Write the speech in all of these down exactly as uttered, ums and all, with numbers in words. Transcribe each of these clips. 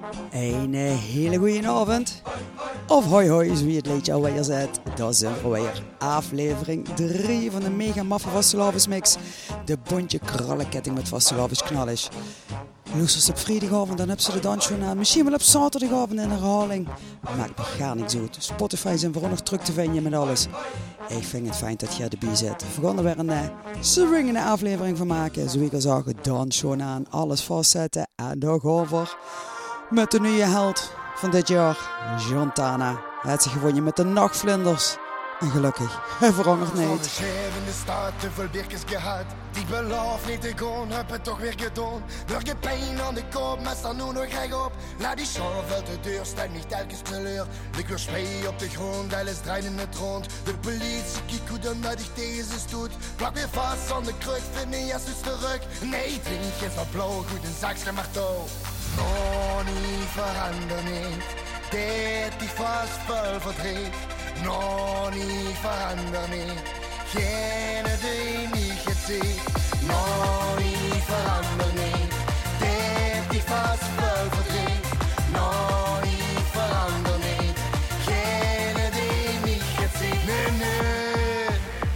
Een hele goede avond. Of hoi hoi, zo wie het liedje alweer zet. Daar zijn we weer. Aflevering drie van de mega maffe vastelavonds mix. De bontje krallenketting met vastelavonds knallers. Loesters op vrijdagavond, dan heb ze de dansshow aan. Misschien wel op zaterdagavond in herhaling. Maakt me gar niks uit. Spotify zijn vooral nog terug te vinden met alles. Ik vind het fijn dat je erbij zit. We gaan er weer een uh, swingende aflevering van maken. Zoals ik al zag, dansshow aan. Alles vastzetten. En daar gaan we. Met de nieuwe held van dit jaar, Jontana. Hij heeft zich gewonnen met de nachtvlinders. En gelukkig, hij verandert niet. in de stad, te veel birkes gehad. Die beloof niet te gaan, heb het toch weer gedaan. Door je pijn aan de kop, maar sta nu nog recht op. Laat die schoof uit de deur, staat niet telkens teleur. Ik weer spee op de grond, alles draait in het rond. De politie kijkt hoe dan dat ik tegen ze stoot. Plak weer vast aan de kruk, vind me eerst eens terug. Nee, drink is wat blauw, goed een zakje maar touw. Nog niet verander niet, dit die vast vol verdriet. Nog niet verander niet, geen die niet gezien. Nog niet verander niet, dit die vast vol verdriet. Nog niet verander niet, geen die niet gezien. Nee, nee,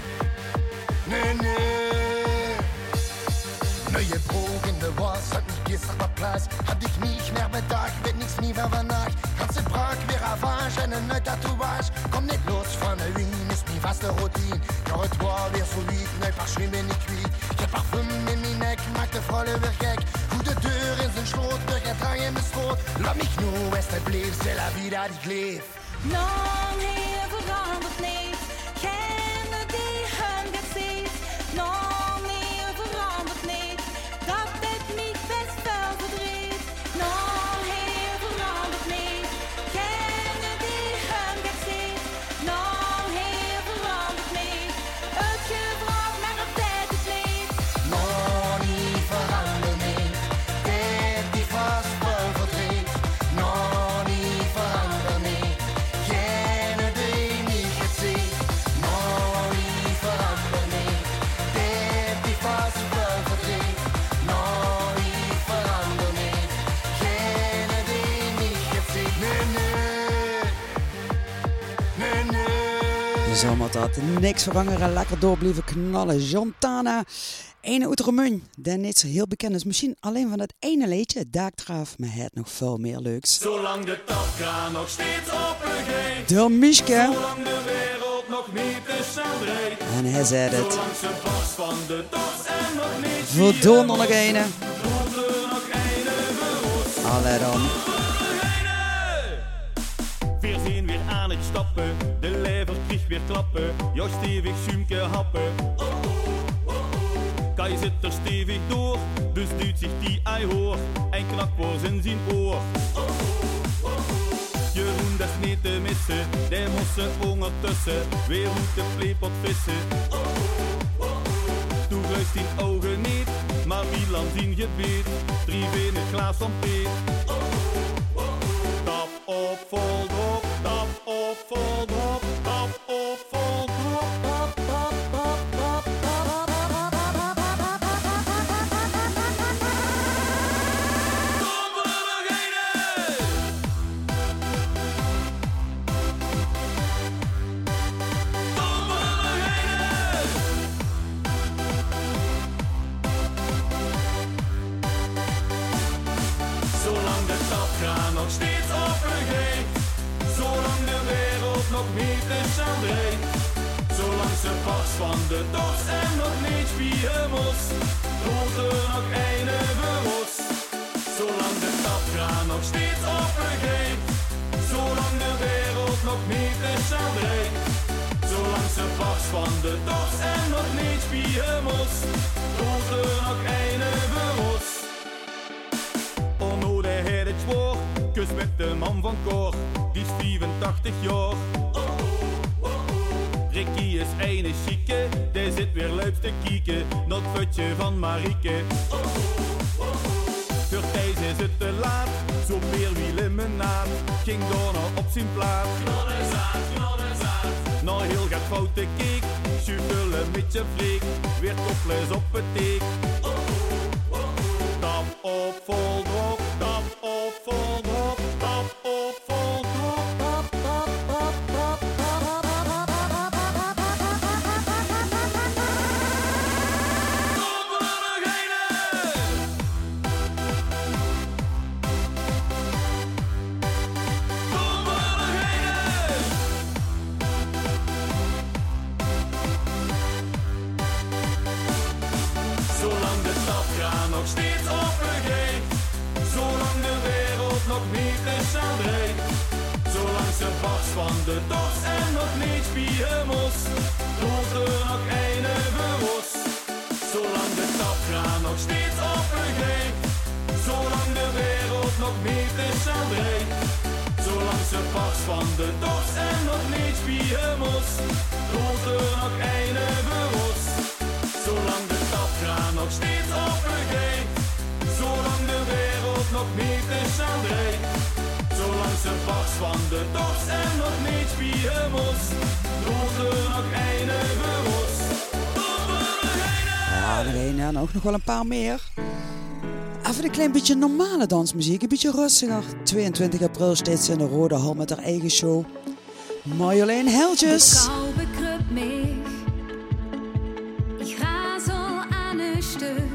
nee, nee. Nu je broek in de was, hat mich gestern verplatzt. Hat ich nicht mehr bedacht, wird nichts nie mehr vernagt. Ganze Brag, weer Avage, eine neue Tatouage. Komm nicht los von der Wien, ist nie was der Routine. Car et toi, weer so vite, neuf parfum ben ik kwijt. Je parfum in mijn nek, maakt de vrouwen weer gek. Hoe de deur in zijn sloot, door het hangen met schroot. Laat mich nu, es het bleef, c'est la vie dat ik leef. Nog hier verandert niet, geen die hun gezicht. Nog hier verandert niet, dat dit mij best wel verdriet. Nog hier verandert niet, geen die hun gezicht. Nog hier verandert niet, het gebracht maar op tijd het niet. Nog niet verander niet, dit die vast vol verdriet. Nog niet verander niet, geen die niet gezien. Nog niet verander niet, dit die vast vol verdriet. Nog niet verander niet, geen die niet gezien. Nee, nee, nee, nee. Je zal maar dat niks veranderen, lekker door blijven knallen. Jontana, ene uit Romein, die niet zo heel bekend is. Misschien alleen van dat ene liedje, Daaktraaf, maar het nog veel meer leuks. Zolang de tapkraan nog steeds open gaat. De Mischke, Zolang de wereld nog niet te snel draait. en hij zei het. Zolang ze barst van de dos en nog niet Verdomme nog ene. Komt er nog ene verroest. Allee dan. Weer zien weer aan het stappen. De lever kriegt weer klappen. Jouw stevig zoemke happen. Kai zit er stevig door. Dus duwt zich die ei hoor. En knakt voor zijn zien oor. Jeroen, dat is niet te missen. Die moesten ondertussen weer moet de playpot vissen. Toen ruist die ogen niet. Maar Milan zien je het weet. Drie venen glaas van peet. Tap op, vol drop. Tap op, vol drop. Tap op, vol drop. Tap, tap, tap, tap, tap. Kom er nog ene! Kom er nog ene! Zolang de tapkraan nog steeds open gaat. Zolang de wereld nog niet te snel draait. Zolang ze barst van de dos en nog niet spieren moest. Komt er nog ene verroest. Zolang de tapkraan nog steeds open gaat. Zolang de wereld nog niet te snel draait. Zolang ze barst van de dos en nog niet spieren moest. Komt er nog ene verroest. Onno, hij heeft het zwoor. Kus met de man van Cor, die is vierentachtig jaar. Ricky is ene chique, die zit weer luips te kieken. Dat futje van Marieke. Voor Thijs is het te laat, zo meer wie limonade. Ging door nou op zijn plaat. Knodderzaad, knodderzaad. Nou heel gaat foute keek, schuffelen met je vleek. Weer topless op het teek. Tap op vol drop, tap op vol drop. nog niet de chandré. Zolang ze barst van de dorst en nog niet spieren moest, rolt er nog een verros. Zolang de tapkraan nog steeds open gaat, zolang de wereld nog niet is chandré. Zolang ze barst van de dorst en nog niet spieren moest, rolt er nog een verros. Zolang de tapkraan nog steeds open gaat, zolang de wereld nog niet is chandré. Zolang ze barst van de dorst en nog niet spieren moest, rolt er nog een verros. Ja, nog één en ook nog wel een paar meer. Even een klein beetje normale dansmuziek, een beetje rustiger. tweeëntwintig april steeds in de Rode Hal met haar eigen show. Marjolein Heltjes. De kou bekrupt mich, ich rasel an een stuk.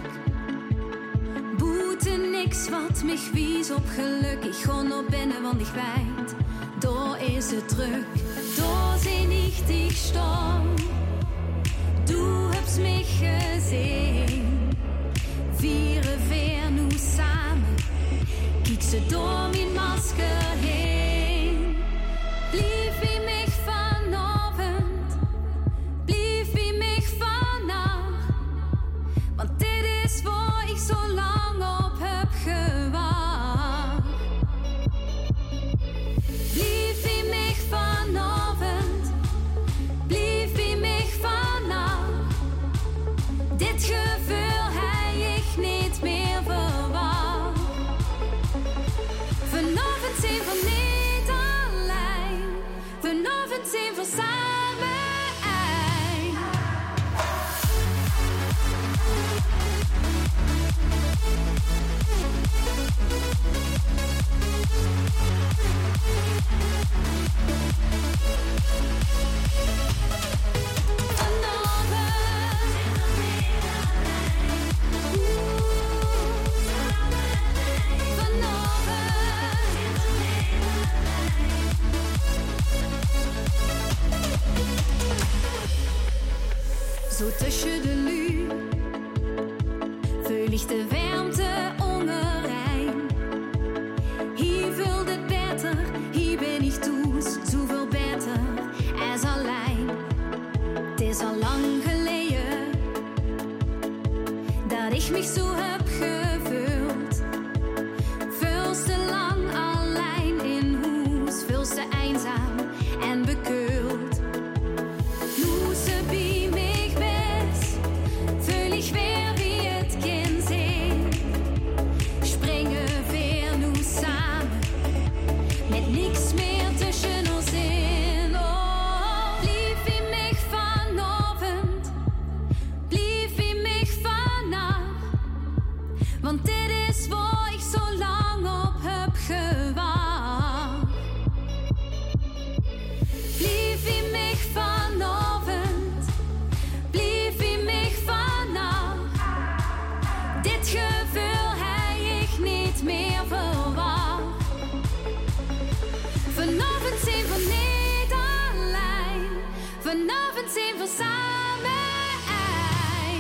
Boete niks wat mich wies op geluk. Ik ga naar binnen, want ik weet, daar is het druk. Daar zie ich dich storm. Du habst mich gesehen. Vieren wir nu samen. Kiekst du door mijn masker heen. Blieb wie mich vanavond. Blieb wie mich vannacht. Want dit is waar ik zo lang op heb gewacht. Blieb wie mich vanavond. Blieb wie mich vannacht. Dit gevoel hij ik niet meer verwacht. Vanavond zijn we niet alleen. Vanavond zijn we samen één. Zo tussen de lu voel ik de warmte ongerein. Hier voelt het beter, hier ben ik thuis, zoveel beter als alleen. Het is al lang geleden dat ik mich zo heb gevoeld. Veel te lang alleen in huis, veel te eenzaam en bekeuld. Nu ze bij mich bent, voel ik weer wie het kind zijn. Springen weer nu samen, met niks meer tussen ons in. Oh, blieb wie mich vanavond, blieb wie mich vannacht. Want dit is waar ik zo lang op heb gewacht. Blieb wie mich vanavond, blieb wie mich vannacht. Dit gevoel hij ik niet meer verwacht. Vanavond zijn we niet alleen. Vanavond zijn we samen één.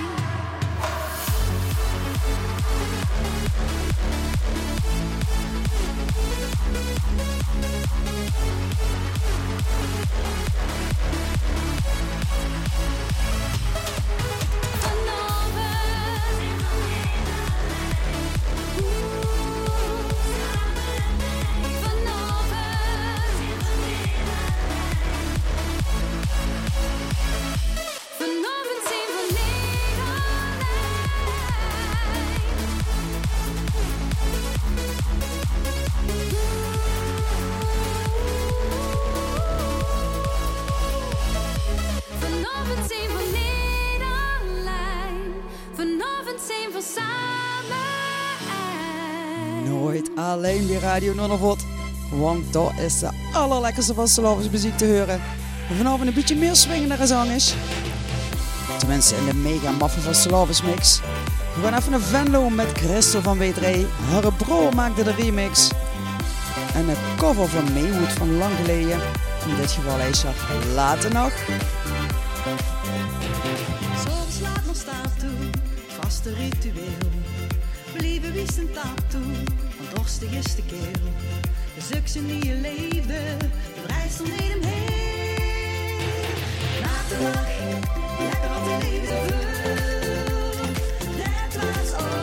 Vanavond zijn we niet alleen. Vanavond zijn we niet alleen. Vanavond zijn we samen één. Nooit alleen bij Radio Nonnevot. Want daar is de allerlekkerste vastelavondse muziek te horen. En vanavond een beetje meer swingendere zangers. Tenminste in de mega maffe vastelavondsmix. We gaan even naar Venlo met Christel van W drie. Haar broer maakte de remix. En een cover van Maywood van lang geleden. In dit geval is er Later nog. Soms laat nog staat toe, vaste ritueel. Beleven wie zijn tattoo, want dorstig is de keel. De suksen die je leefde, de reis stond in hem heen. Laat de dag, lekker op de leven te vullen. Dat was oh.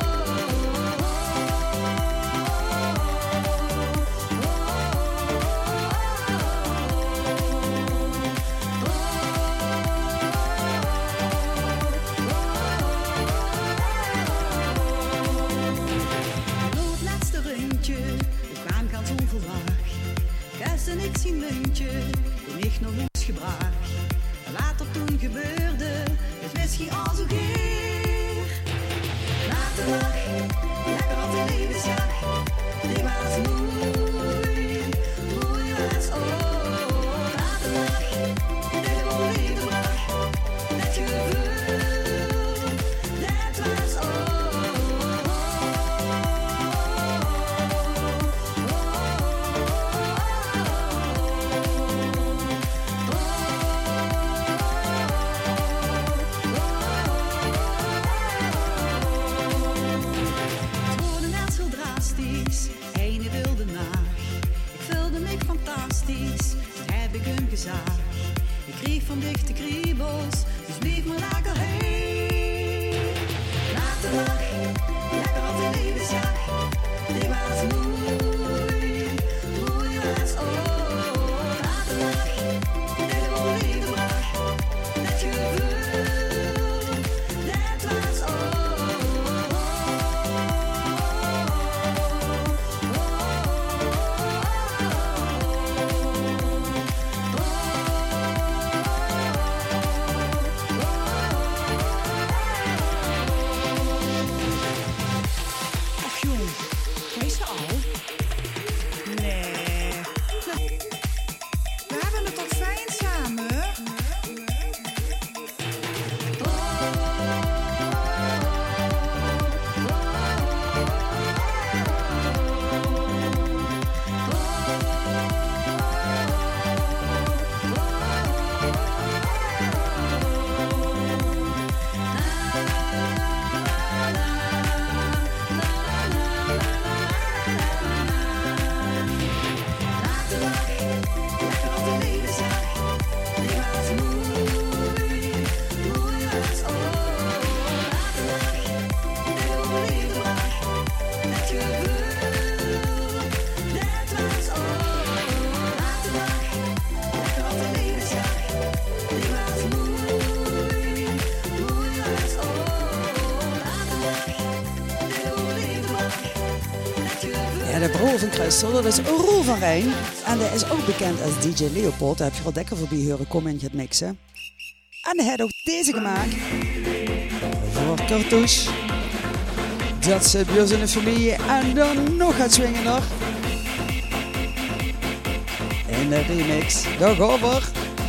En ik zie muntje, toen ik nog moest gebracht. Later toen gebeurde, het misschien al zo geer. Laat de dag, lekker op de levensjacht. Die was mooi, mooi was oh. Laat de dag, dit gewoon leven bracht. Dat gevoel, dat was oh. Ik kreeg van dichte kriebels, dus bleef maar lekker heen. Laat de dag, lekker op de levensjacht. Die was mooi, mooi was oh. Laat de dag, dit gewoon leven bracht. Dat gevoel, dat was oh. De broer van Christel, dat is Roel van Rijn. En hij is ook bekend als D J Leopold. Daar heb je wel lekker voorbij horen komen in het mixen. En hij heeft ook deze gemaakt. Voor Cartouche. Dat zit bij ons in de familie. En dan nog gaat swingen nog. In de remix. Dag over.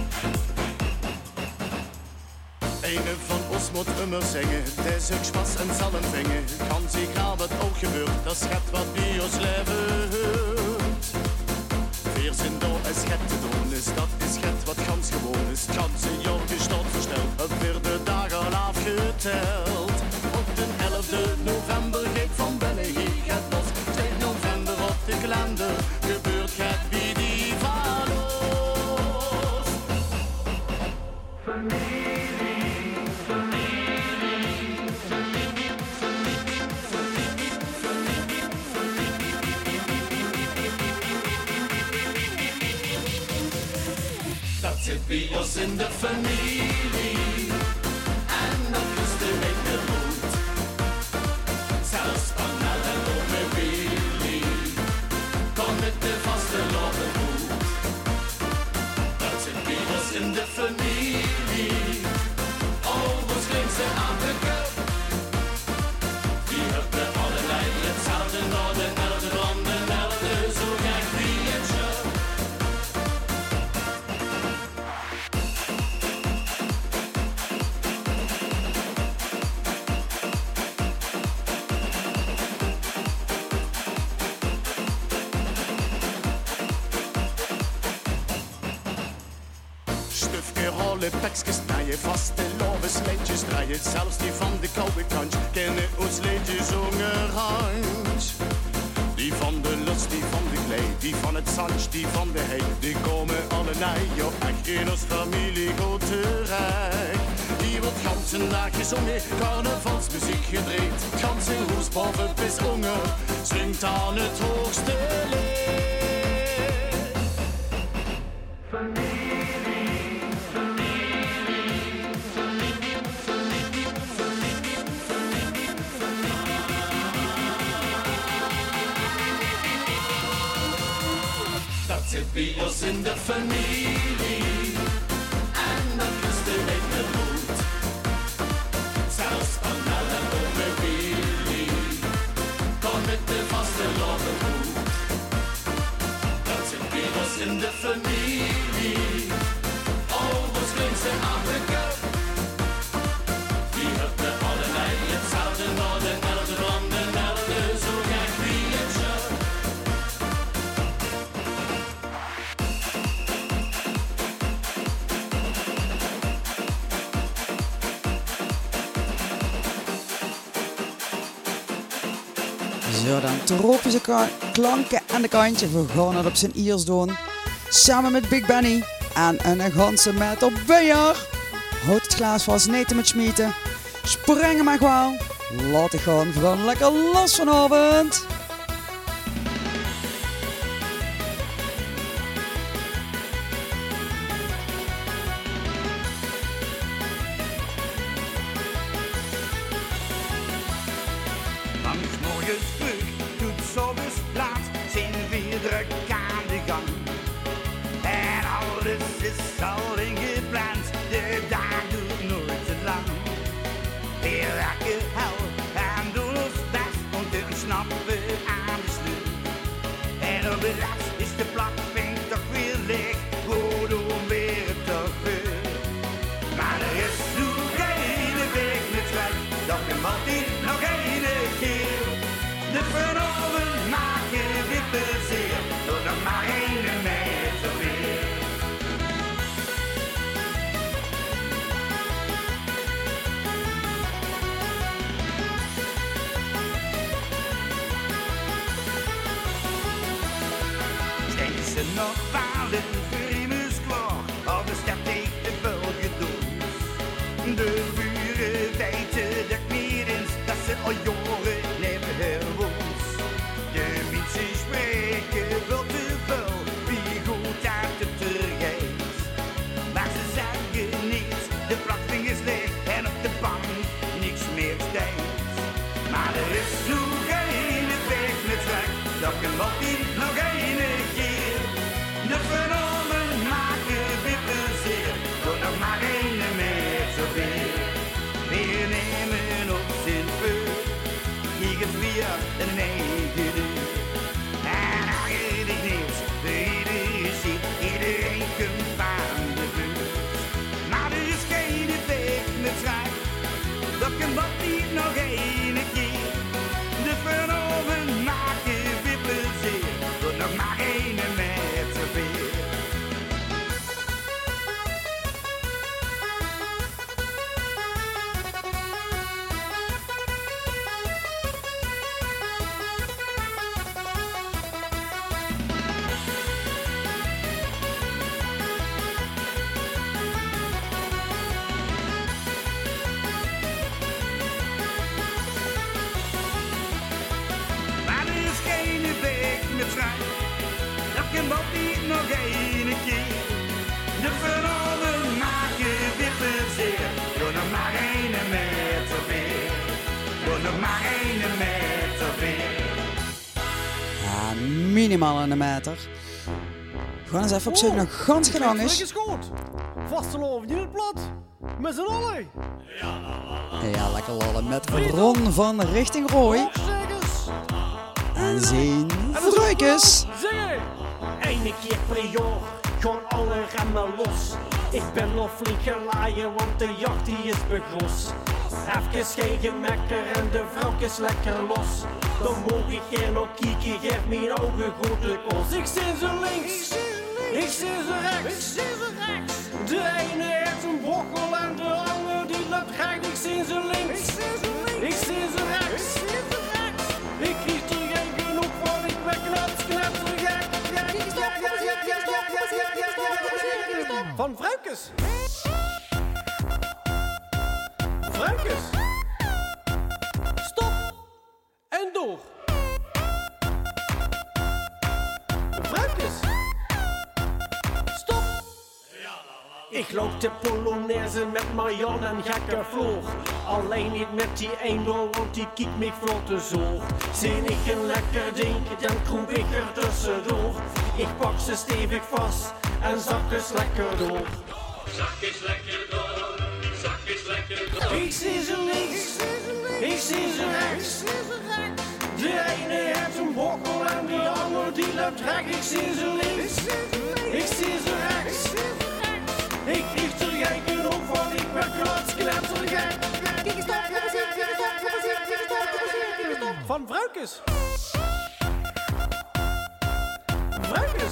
Een van ons moet immer zingen, het is ook spas en zal empvingen. Kan zich graag wat ook gebeurt, dat schat wat bij ons leven hoort. Veer zijn door en schat te doen is, dat is schat wat gans gewoon is. Het ganse jaar gestort versteld, het weer de dagen afgeteld. Op de elfde november geef van binnen hier het bos. twee november op de kalender gebeurt het wie die van ons. Dat zit bij ons in de familie en dat is de hele moed. Zelfs van en ome Willy kon het de vaste lopen goed. Dat zit bij ons in de familie, overigens klinkt ze aan de kop. Die hebben allerlei hetzelfde naar de elde van de elde, zo gek wie het show. holle pekjes snijden, vaste love sleetjes draaien. Zelfs die van de koude kant kennen ons liedjes onderhand. Die van de lust, die van de klei, die van het zand, die van de hei. Die komen alle nij, joh, echt in ons familie goed terecht. Hier wordt ganse dag gezongen, carnavalsmuziek gedreed. Ganse hoes boven bis honger, swingt aan het hoogste leed. Familie, familie, familie, familie, familie, familie, familie. Dat zit bij ons in de familie. En dat is de hele moed. Zelfs van Nella en met Willy. Kom met de vaste lovenhoed. Dat zit bij ons in de familie. Oh, wat klinkt ze aan de kop. Die hebben allerlei hetzelfde noorden, elde landen, elde zo gek wie het show. Zo, dan tropische ka- klanken aan de kantje. We gaan het op zijn iers doen. Samen met Big Benny en een ganse met op bier. Houd het glaas vast, niet te met schmieten. Springen maar gewoon. Laat het gaan, we gaan lekker los vanavond. Morgens vroeg, doet s'ochtends laat, zijn weer druk aan de gang. En alles is al ingepland, de dag doet nooit te lang. We raken hel en doen ons best om te ontsnappen aan de sleur. En op de laatst is de plakvink toch weer leeg, we doen weer het toch weer. Maar er is nog geen weg meer terug, dat kan altijd nog één keer. De vernomen maken weer plezier, door nog maar één met zo weer. Zijn ze nog palen voor immers klaar, of de stad tegen de velgen dood. De buren weten dat niet eens, dat ze al jaren nemen herwoond. De mensen spreken wel te veel, wie goed uit het terrein. Maar ze zeggen niets, de plakving is leeg en op de bank niks meer stijgt. Maar er is nog geen weg meer terug, dat kan wat niet nog één keer. De vernomen maken weer plezier, door nog maar één met zoveel. We nemen op zijn vuur, hier het weer en negen uur. En eigenlijk niets, iedereen ziet, iedereen komt van de buurt. Maar er is geen weg meer terug, dat kan wat niet nog één keer. De vernomen maken weer plezier, door nog maar één met zoveel. Maar er is geen weg meer terug, dat kan wat niet nog één keer. De vernomen maken weer plezier, door nog maar één met zoveel. Door nog maar één met zoveel. Ja, minimaal een meter. We gaan eens even op zoek naar gans gedang is. Lekker schoot. Vasteloven in het plat. Met z'n allen. Ja, lekker lallen met Ron van Richting Rooi. Hoogzegers. En zijn Vruikes. Zingen. Eén keer per jaar gaan alle remmen los. Ik ben nog flink gelaaien, want de jacht die is begros. Even geen gemekker en de vrouw is lekker los. Dan mogen ik er nog kieken, geef mijn ogen grote kos. Ik zit zo links. Ik zie ze rechts. Ik zie ze rechts. De ene heeft een bochel en de andere die loopt graag. Ik zie ze links. Ik zie ze links. Ik zie ze rechts. Ik zie ze rechts. Ik kies er geen genoeg van. Ik ben knaps, knapper, gek. Van Vrouwkes. Vrouwkes. Stop. En door. Vrouwkes. Stop. Ik loop de Polonaise met Marjan en gekke Floor. Alleen niet met die eendel, want die kiekt me vlot te zoor. Zie ik een lekker ding, dan kroep ik er tussendoor. Ik pak ze stevig vast en zak eens lekker door. Zak eens lekker door, zak eens lekker door. Ik zie ze links, ik zie ze rechts. De ene heeft een bokkel en de ander die loopt recht. Ik zie ze links, ik zie ze rechts. Ik krijg er geen genoeg van, ik ben klotsknettergek. Van Vrouwkes. Vrouwkes.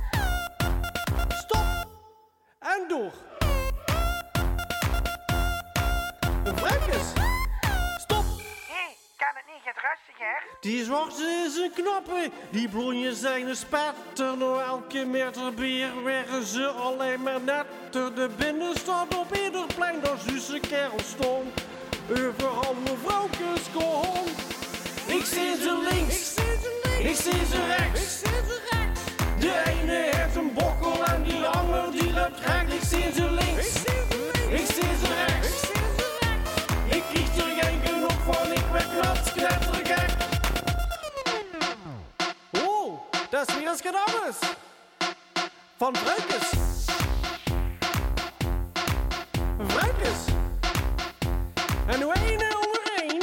Stop. En door. Vrouwkes. Stop. Hé, kan het niet wat rustiger? Die zwarte is een knappe, die blonje zijn een spetter. Nou elke meter bier werden ze alleen maar netter. De binnenstad op ieder plein, daar zusse kerel stond. Overal mevrouwkes kon. Ik zie ze links, ik zie ze rechts. De ene heeft een bokkel en die ander die loopt recht. Ik zie ze links, ik zie ze rechts. Ik krijg er geen genoeg van, ik ben knapsknettergek. Oh, dat is weer eens gedaan. Van Vrouwkes. Vrouwkes. En hoe één onder één.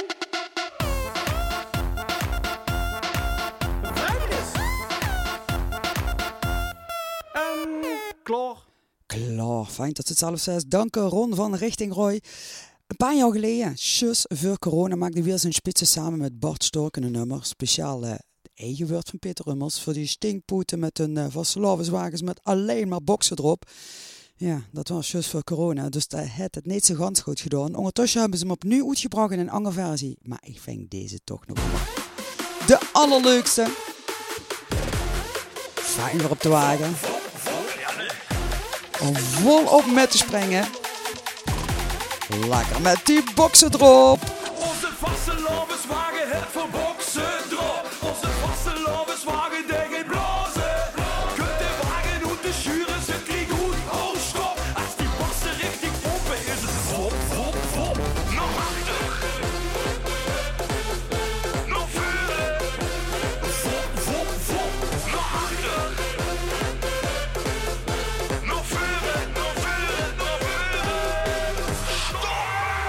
Vrouwkes. En klaar. Klaar, fijn dat het zelf zegt. Dank Ron van Richting Roy. Een paar jaar geleden, just voor corona, maakte weer zijn spitsen samen met Bart Stork een nummer. Speciaal uh, de eigen woord van Peter Ummels voor die stinkpoeten met hun uh, vastelavondswagens met alleen maar boksen erop. Ja, dat was just voor corona, dus dat had het niet zo ganz goed gedaan. Ondertussen hebben ze hem opnieuw uitgebracht in een andere versie. Maar ik vind deze toch nog de allerleukste. Fijn weer op de wagen. Om volop met te springen. Lekker met die boksen erop. Onze vastelavondswagen het voor boksen erop. Onze vastelavondswagen die geen blazen. Kunt de wagen uit de schuren, zit die goed. Oh stop, als die bassen richtig pompen is het vop, vop, vop. Nog achter. Nog vuren. Vop, vop, vop. Nog achter. Nog vuren, nog vuren, nog vuren. Stop.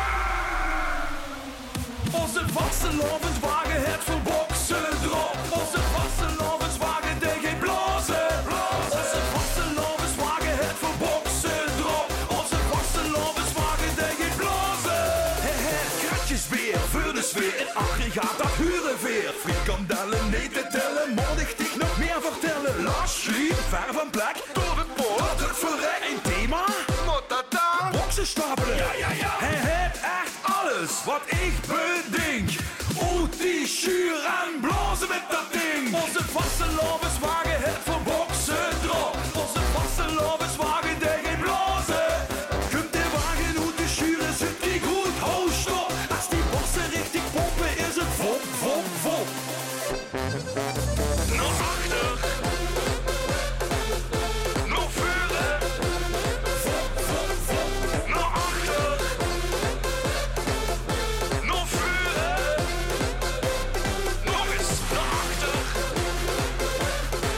Onze vastelavondswagen het voor boksen erop. Onze vastelavondswagen die geen blazen. Onze vastelavondswagen het voor boksen erop. Onze vastelavondswagen die geen blazen. Het kratjes weer, voor de sfeer. En aggregaat dat huren weer. Frikandellen niet te tellen, moet ik dich nog meer vertellen. Lars schiet, ver van plek, door het poort. Dat het verrek. Een thema? Wat dat dan? Boksen stapelen. Ja, ja, ja. Hij heeft echt alles wat ik bedenk. Oeh, die schuur en blazen met dat ding. Onze vastelavondswagen het voor boksen erop. Onze vastelavondswagen die geen blazen. Kunt de wagen uit de schuren, zit die goed. Hou stop, als die bassen richtig pompen is het vop, vop, vop. Nog achter. Nog vuren. Vop, vop, vop. Nog achter. Nog vuren. Nog eens naar achter.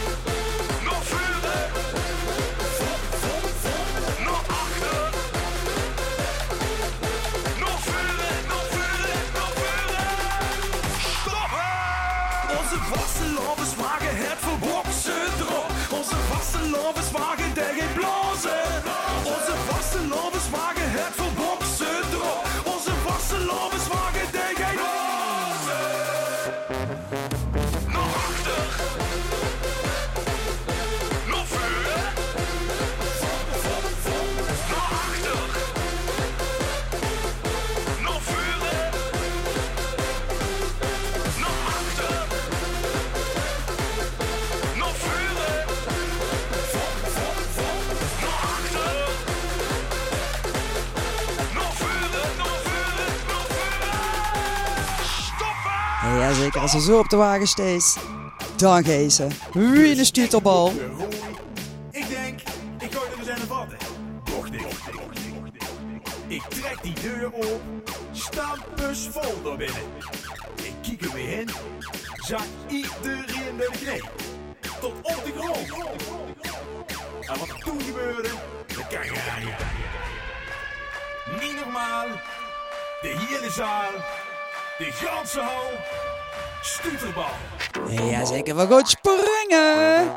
Jazeker, als ze zo op de wagen steeds, dan geef ze. Wie een stuterbal. Ik denk, ik gooi er eens aan de vatten. Toch niet. Ik trek die deur op, stampus vol door binnen. Ik kijk er weer in, zag iedereen bij de knie. Tot op de grond. En wat toen gebeurde, dat kan je rijden. Niet normaal, de hele zaal, de ganse hal, stuterbal. Jazeker, we gaan springen.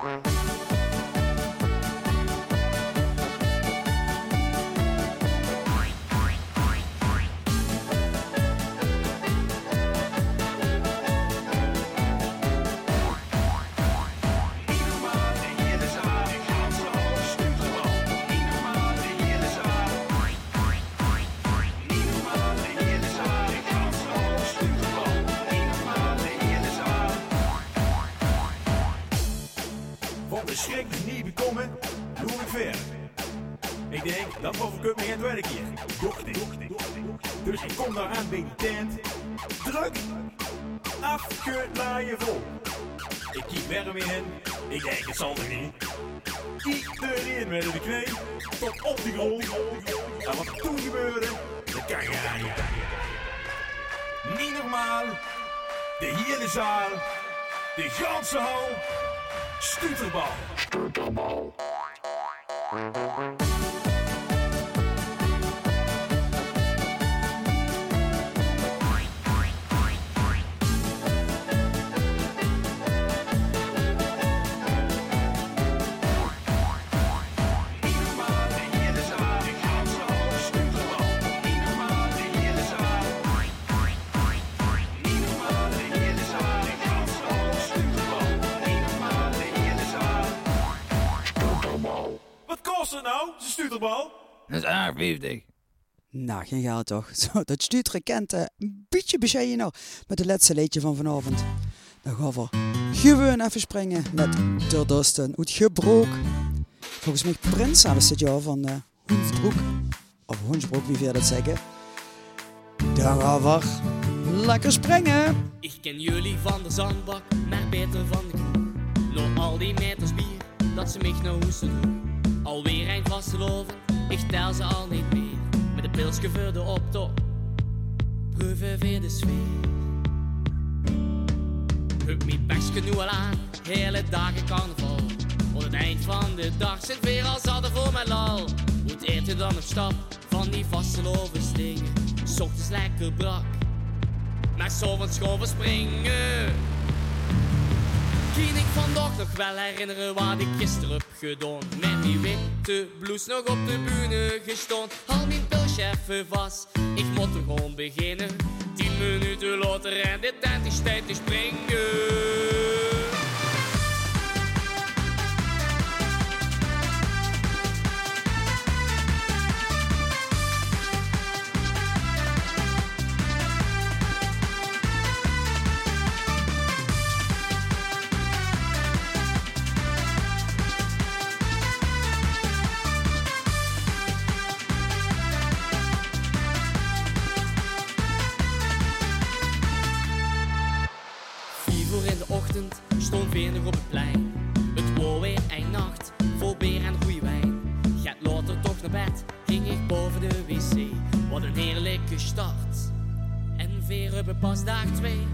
Schrik is niet bekomen, doe ik verder. Ik denk, dat overkomt me het werk hier. Doch niet. Dus ik kom daar aan bij die tent. Druk, afgelaaien vol. Ik kijk weer weer in, ik denk, het zal er niet. Iedereen met de knie, tot op de grond. En wat toen gebeurde, dat kan je rijden. Niet normaal, de hele zaal, de ganse hal. Stuterbal. Stuterbal. Nou, de stuterbal. Dat is aardig vijftig. Nou, geen geld toch. Zo, dat stuteren kent uh, een beetje bescheiden nou met het laatste liedje van vanavond. Dan gaan we gewoon even springen met De Dosten uit Gebroek. Volgens mij Prins hebben ze het jaar van uh, Hoensbroek. Of Hoensbroek, wie wil dat zeggen. Dan gaan we lekker springen. Ik ken jullie van de zandbak, maar beter van de kroeg. Nog al die meters bier, dat ze mich nou hoesten doen. Alweer eind vasteloven, ik tel ze al niet meer. Met de pilsje voor de optocht, proeven weer de sfeer. Hup mi bekske nu al aan, hele dagen carnaval. Op het eind van de dag zit weer al zat voor mijn lal. Moet eten dan op stap, van die vasteloven stingen. 's Ochtends lekker brak, maar 's avonds gewoon verspringen. Kan ik vandaag nog wel herinneren wat ik gisteren heb gedaan. Met die witte blouse nog op de bühne gestaan. Al mijn pilsje even vast, ik moet er gewoon beginnen. Tien minuten later en dit tijd is tijd te springen. Stond weer nog op het plein. Het wou weer eindnacht, vol beer en goeie wijn. Gaat later toch naar bed, ging ik boven de wc. Wat een heerlijke start. En weer op pas dag twee.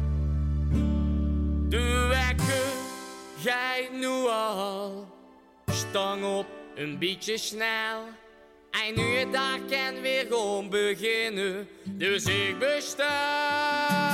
De wekker, gij nu al. Stang op, een beetje snel. En nu je daar kan weer gewoon beginnen. Dus ik bestel.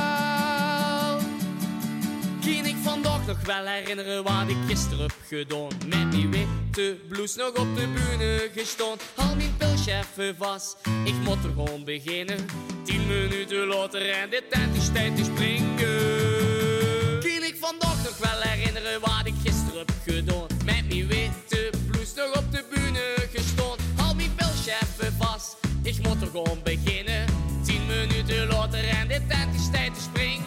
Kan ik vandaag nog wel herinneren wat ik gisteren heb gedaan. Met die witte blouse nog op de bühne gestaan. Al mijn pilsje even vast, ik moet er gewoon beginnen. Tien minuten later en dit tijd is tijd te springen. Kan ik vandaag nog wel herinneren wat ik gisteren heb gedaan. Met mijn witte blouse nog op de bühne gestaan. Al mijn pilsje even vast, ik moet er gewoon beginnen. Tien minuten later en dit tijd is tijd te springen.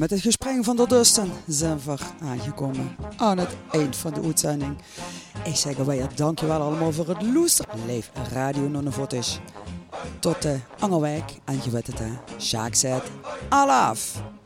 met het gespring van de dusten zijn we aangekomen aan het eind van de uitzending. Ik zeg alweer dankjewel allemaal voor het luisteren. Leef Radio Nonnevoort. Tot de andere week en je weet het hè. Sjaak zegt, alaaf.